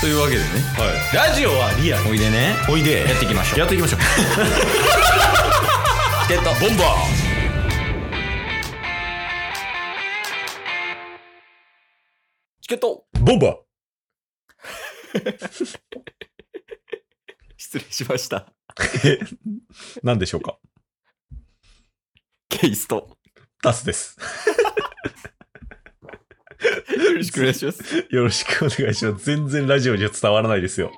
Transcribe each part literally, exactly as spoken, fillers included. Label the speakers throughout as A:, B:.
A: というわけでね、
B: はい、ラジオはリアル。
A: おいでね、
B: おいで
A: やっていきましょう。
B: やっていきましょう
A: チケットボンバー。チケット
B: ボンバ
A: 失礼しました。
B: ー何でしょうか。
A: ケイスト
B: タスです
A: よろしくお願いします。
B: よろしくお願いします。全然ラジオじゃ伝わらないですよ。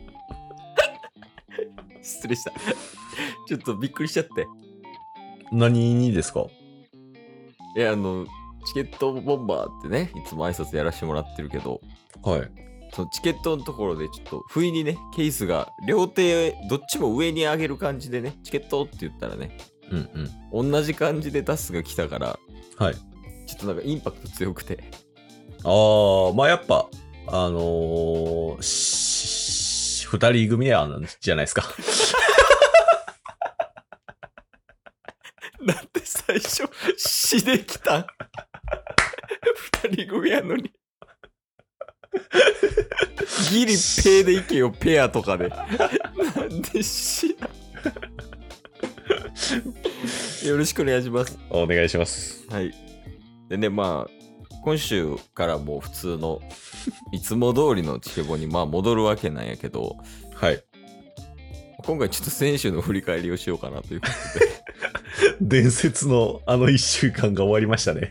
A: 失礼した。ちょっとびっくりしちゃって。
B: 何にですか。
A: いや、あのチケットボンバーってね、いつも挨拶やらせてもらってるけど、
B: はい、
A: そのチケットのところでちょっと不意にね、ケースが両手どっちも上に上げる感じでね、チケットって言ったらね、
B: うんうん、
A: 同じ感じでタスが来たから、
B: はい、
A: ちょっとなんかインパクト強くて。
B: ああ、まあやっぱあのー、し二人組やんじゃないですか。
A: なんで最初死できたん。二人組やのに。ギリペイでいけよ、ペアとかで。なんで死な。よろしくお願いします。
B: お願いします。
A: はい。でね、まあ今週からもう普通のいつも通りのチケボにまあ戻るわけなんやけど、
B: はい。
A: 今回ちょっと先週の振り返りをしようかなということ
B: で。伝説のあのいっしゅうかんが終わりましたね。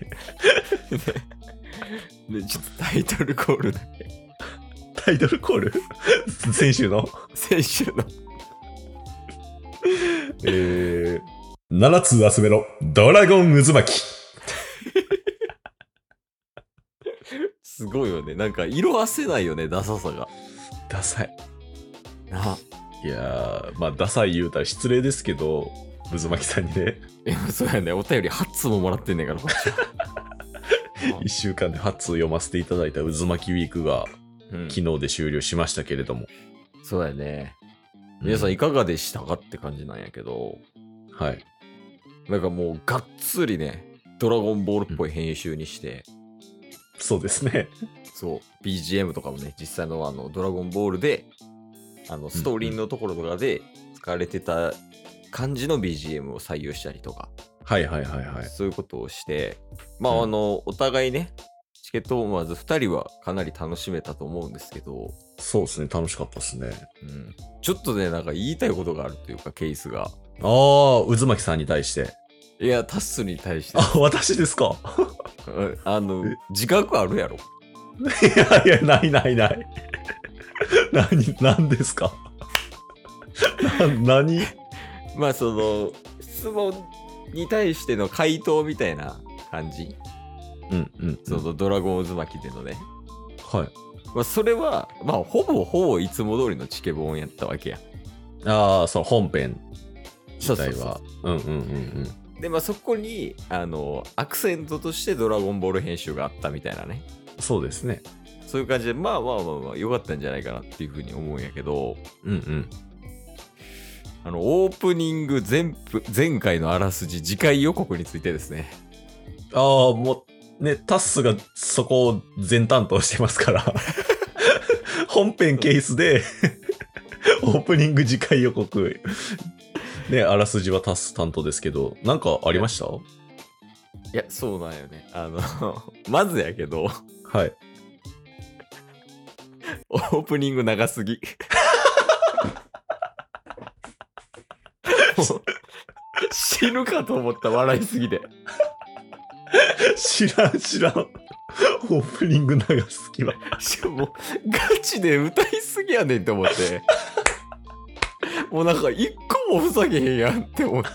A: で、ちょっとタイトルコールだけ。
B: タイトルコール先週の
A: 先週の
B: えー、ななつ集めろドラゴン渦巻き。
A: すごいよね。なんか色あせないよね、ダサさが。
B: ダサい
A: な。
B: いやー、まあダサい言うたら失礼ですけど、渦巻さんにね。
A: いや、そうやね。お便りはちつももらってんねんから、こっち
B: いっしゅうかんではちつ読ませていただいた渦巻きウィークが、うん、昨日で終了しましたけれども。
A: そうやね。皆さんいかがでしたかって感じなんやけど、
B: はい。
A: なんかもうがっつりね、ドラゴンボールっぽい編集にして、うん、
B: そうですね。
A: そう、ビージーエム とかもね、実際のあのドラゴンボールで、あのストーリーのところとかで使われてた感じの ビージーエム を採用したりとか、
B: はいはいはいはい。
A: そういうことをして、まあ、うん、あの、お互いね、チケットをまずふたりはかなり楽しめたと思うんですけど、
B: そうですね、楽しかったですね。
A: うん。ちょっとね、なんか言いたいことがあるというか、ケースが。
B: ああ、渦巻さんに対して。
A: いや、タッスに対して。
B: あ、私ですか。
A: あの、自覚あるやろ。
B: いやいや、ないないない。何、何ですか。な、何
A: まあ、その、質問に対しての回答みたいな感じ。
B: うんうん、うん。
A: そのドラゴン渦巻きでのね。
B: はい。
A: まあ、それは、まあ、ほぼほぼいつも通りのチケボンやったわけや。
B: ああ、そう、本編自体は。
A: そうそう
B: そう。うんうんうんうん。
A: で、まあ、そこに、あの、アクセントとしてドラゴンボール編集があったみたいなね。
B: そうですね。
A: そういう感じで、まあまあまあまあ、良かったんじゃないかなっていうふうに思うんやけど、
B: うんうん。
A: あの、オープニング全部、前回のあらすじ、次回予告についてですね。
B: ああ、もう、ね、タッスがそこを全担当してますから。本編ケースで、オープニング次回予告。ね、あらすじはタス担当ですけど、なんかありました？
A: いや、そうなんよね。あの、まずやけど、
B: はい。
A: オープニング長すぎ。もう死ぬかと思った、笑いすぎて。
B: 知らん知らん。オープニング長すぎは。
A: しかも、ガチで歌いすぎやねんって思って。もうなんか一個もふざけへんやんって思って。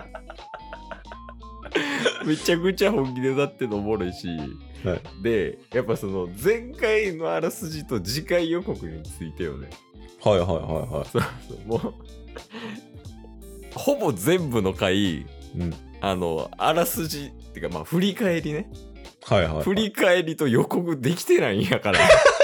A: めちゃくちゃ本気で歌ってのおもろいし、はい、でやっぱその前回のあらすじと次回予告についてよね。
B: はいはいはいはい。
A: そうそうもうほぼ全部の回、うん、あのあらすじっていうかまあ振り返りね、
B: はいはい、はい、
A: 振り返りと予告できてないんやから。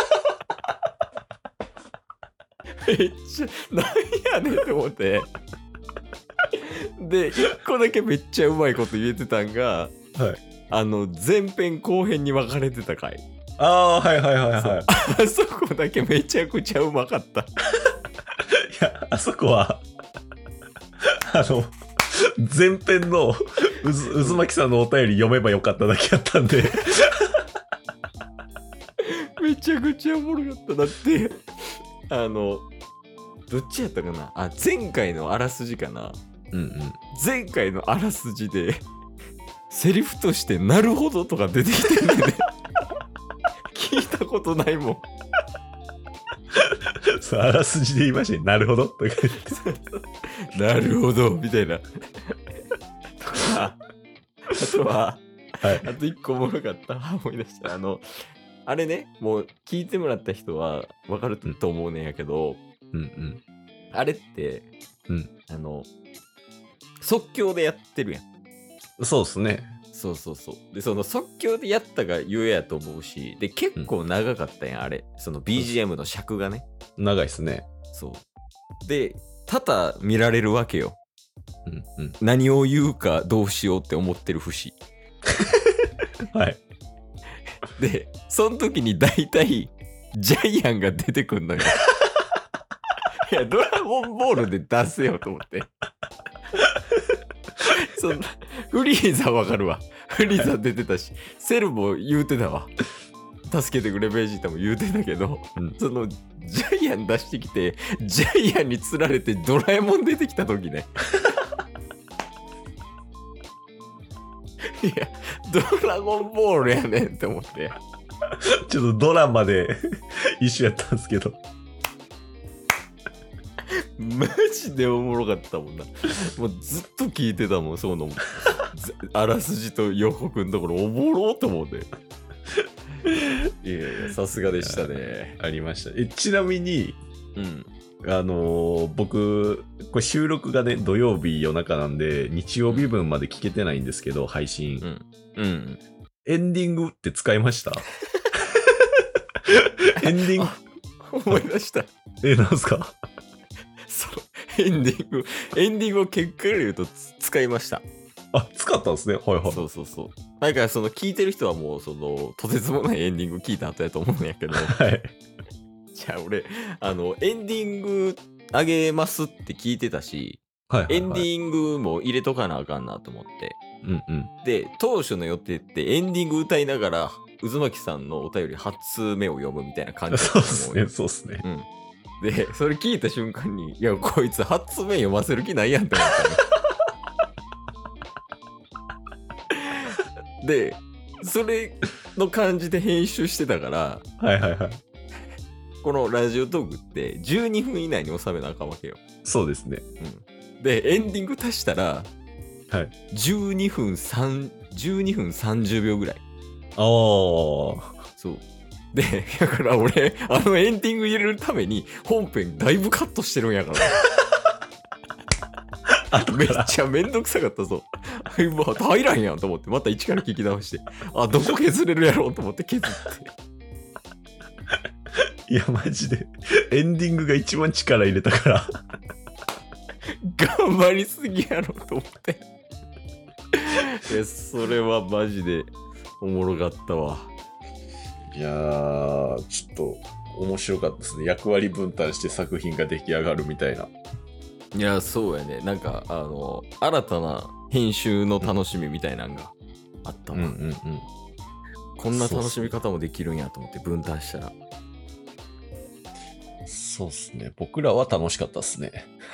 A: めっちゃなんやねんって思って。で一個だけめっちゃうまいこと言えてたんが、はい、あの前編後編に分かれてた回。
B: ああー、はいはいはいはい。い
A: あそこだけめちゃくちゃうまかった。
B: や、あそこは、あの、前編のうず渦巻さんのお便り読めばよかっただけやったんで。
A: めちゃくちゃおもろかった。だって、あの、どっちやったかなあ、前回のあらすじかな。
B: うんうん。
A: 前回のあらすじで、セリフとしてなるほどとか出てきてるんで、ね、聞いたことないもん。
B: そう、あらすじで言いましたね。なるほどとか言って。
A: なるほどみたいな。とか、あとは、はい、あと一個おもろかった。思い出した。あの、あれね、もう聞いてもらった人は分かると思うねんやけど、
B: うんうん。
A: あれって、
B: うん、
A: あの、即興でやってるやん。
B: そうっすね。
A: そうそうそう。で、その即興でやったがゆえやと思うし、で、結構長かったやん、あれ。その ビージーエム の尺がね。
B: 長いっすね。
A: そう。で、多々見られるわけよ。
B: うんうん。
A: 何を言うかどうしようって思ってる節。
B: はい。
A: で、その時に大体、ジャイアンが出てくんのよ。いや、ドラゴンボールで出せよと思って。そんな、フリーザわかるわ。フリーザ出てたし、セルも言うてたわ。助けてくれベジータも言うてたけど、うん、そのジャイアン出してきて、ジャイアンに釣られてドラえもん出てきた時ね。いや、ドラゴンボールやねんって思って。
B: ちょっとドラマで一緒やったんですけど。
A: マジでおもろかったもんな。もうずっと聞いてたもん、そうのも。あらすじと予告のところおもろと思うて。いやいや、さすがでしたね。
B: ありました。え、ちなみに、
A: うん。
B: あのー、僕、これ収録がね、土曜日夜中なんで、日曜日分まで聞けてないんですけど、配信。
A: うん。うん。
B: エンディングって使いました？エンディング
A: 思い出した。
B: え、なんすか？
A: そう、エンディング、エンディングを結果で言うと使いました。
B: あ、使ったんですね。はいはい。
A: そうそうそう。なんかその聞いてる人はもうそのとてつもないエンディング聞いた後やと思うんやけど。
B: はい。
A: じゃあ俺、あの、エンディングあげますって聞いてたし、
B: はいはいはい、
A: エンディングも入れとかなあかんなと思って。
B: うんうん。
A: で、当初の予定ってエンディング歌いながら、渦巻さんのお便りはちつうめを読むみたいな感じだったと思うよ。
B: そうっすね、そうっすね。
A: うん。で、それ聞いた瞬間に、いや、こいつはちつうめ読ませる気ないやんって思ったね。で、それの感じで編集してたから、
B: はいはいはい。
A: このラジオトークってじゅうにふん以内に収めなあかんわけよ。
B: そうですね。
A: うん。で、エンディング足したら、
B: はい。
A: じゅうにふんさん、じゅうにふんさんじゅうびょうぐらい。
B: ああ。
A: そう。で、だから俺、あのエンディング入れるために本編だいぶカットしてるんやから。めっちゃめんどくさかったぞ。もう入らんやんと思って、また一から聞き直して、あ、どこ削れるやろうと思って削って。
B: いや、マジで、エンディングが一番力入れたから。
A: 頑張りすぎやろと思って。いや、それはマジでおもろかったわ。
B: いやー、ちょっと面白かったですね。役割分担して作品が出来上がるみたいな。
A: いや、そうやね。なんか、あの、新たな編集の楽しみみたいなのがあったわ。うんうんうん。こんな楽しみ方もできるんやと思って分担したら。
B: そうっすね。僕らは楽しかったっすね。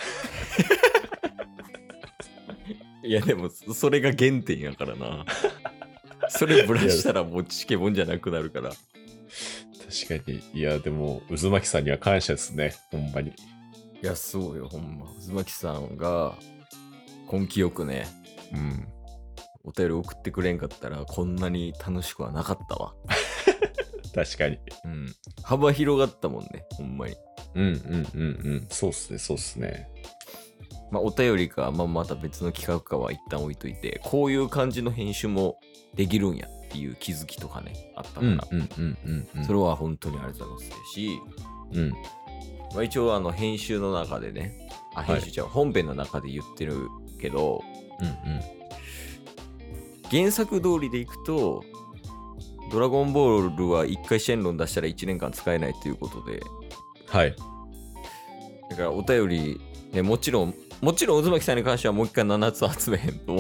A: いや、でも、それが原点やからな。それぶらしたらもうチケボンじゃなくなるから。
B: 確かに。いや、でも、渦巻さんには感謝ですね。ほんまに。
A: いや、そうよ、ほんま。渦巻さんが根気よくね、うん、お便り送ってくれんかったら、こんなに楽しくはなかったわ。
B: 確かに。
A: うん。幅広がったもんね、ほんまに。
B: うんうんうんうん。そうっすね、そうっすね。
A: まあ、お便りか、まあ、また別の企画かは一旦置いといて、こういう感じの編集もできるんやっていう気づきとかね、あったから、
B: うんうんうんうん、うん、
A: それは本当にありがとうございますし、うん。まあ、一応、あの、編集の中でね、あ、編集ちゃう、はい、本編の中で言ってるけど、うんうん。原作通りでいくと、 ドラゴンボールはいっかいシェンロン出したらいちねんかん使えないということで、
B: はい。
A: だからお便り、ね、もちろんもちろん渦巻さんに関してはもう一回ななつ集めへんと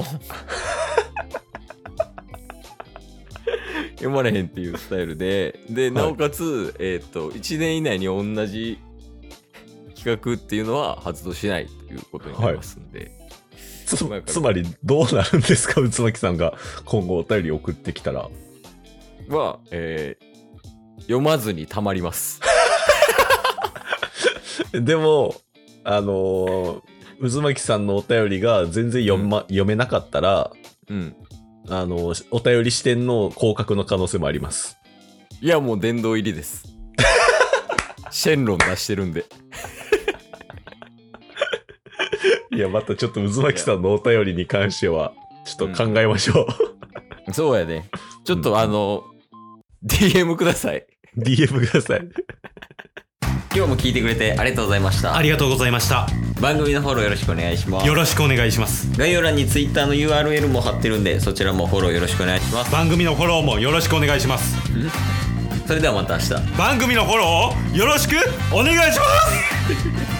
A: 読まれへんっていうスタイルで、でなおかつ、はい、えっ、ー、といちねん以内に同じ企画っていうのは発動しないということになりますんで、はい、
B: つ, つまりどうなるんですか、渦巻さんが今後お便り送ってきたら
A: は、えー、読まずにたまります
B: でもあのー、渦巻さんのお便りが全然読,、まうん、読めなかったら、うん、あのー、お便り視点の降格の可能性もあります。
A: いやもう殿堂入りですシェンロン出してるんで
B: いやまたちょっと渦巻さんのお便りに関してはちょっと考えましょう、
A: うん、そうやね。ちょっと、うん、あの ディーエム ください。
B: ディーエム ください。
A: 今日も聞いてくれてありがとうございました。
C: ありがとうございました。
A: 番組のフォローよろしくお願いします。
C: よろしくお願いします。
A: 概要欄に Twitter の ユーアールエル も貼ってるんで、そちらもフォローよろしくお願いします。
C: 番組のフォローもよろしくお願いします。
A: それではまた明日。
C: 番組のフォローをよろしくお願いします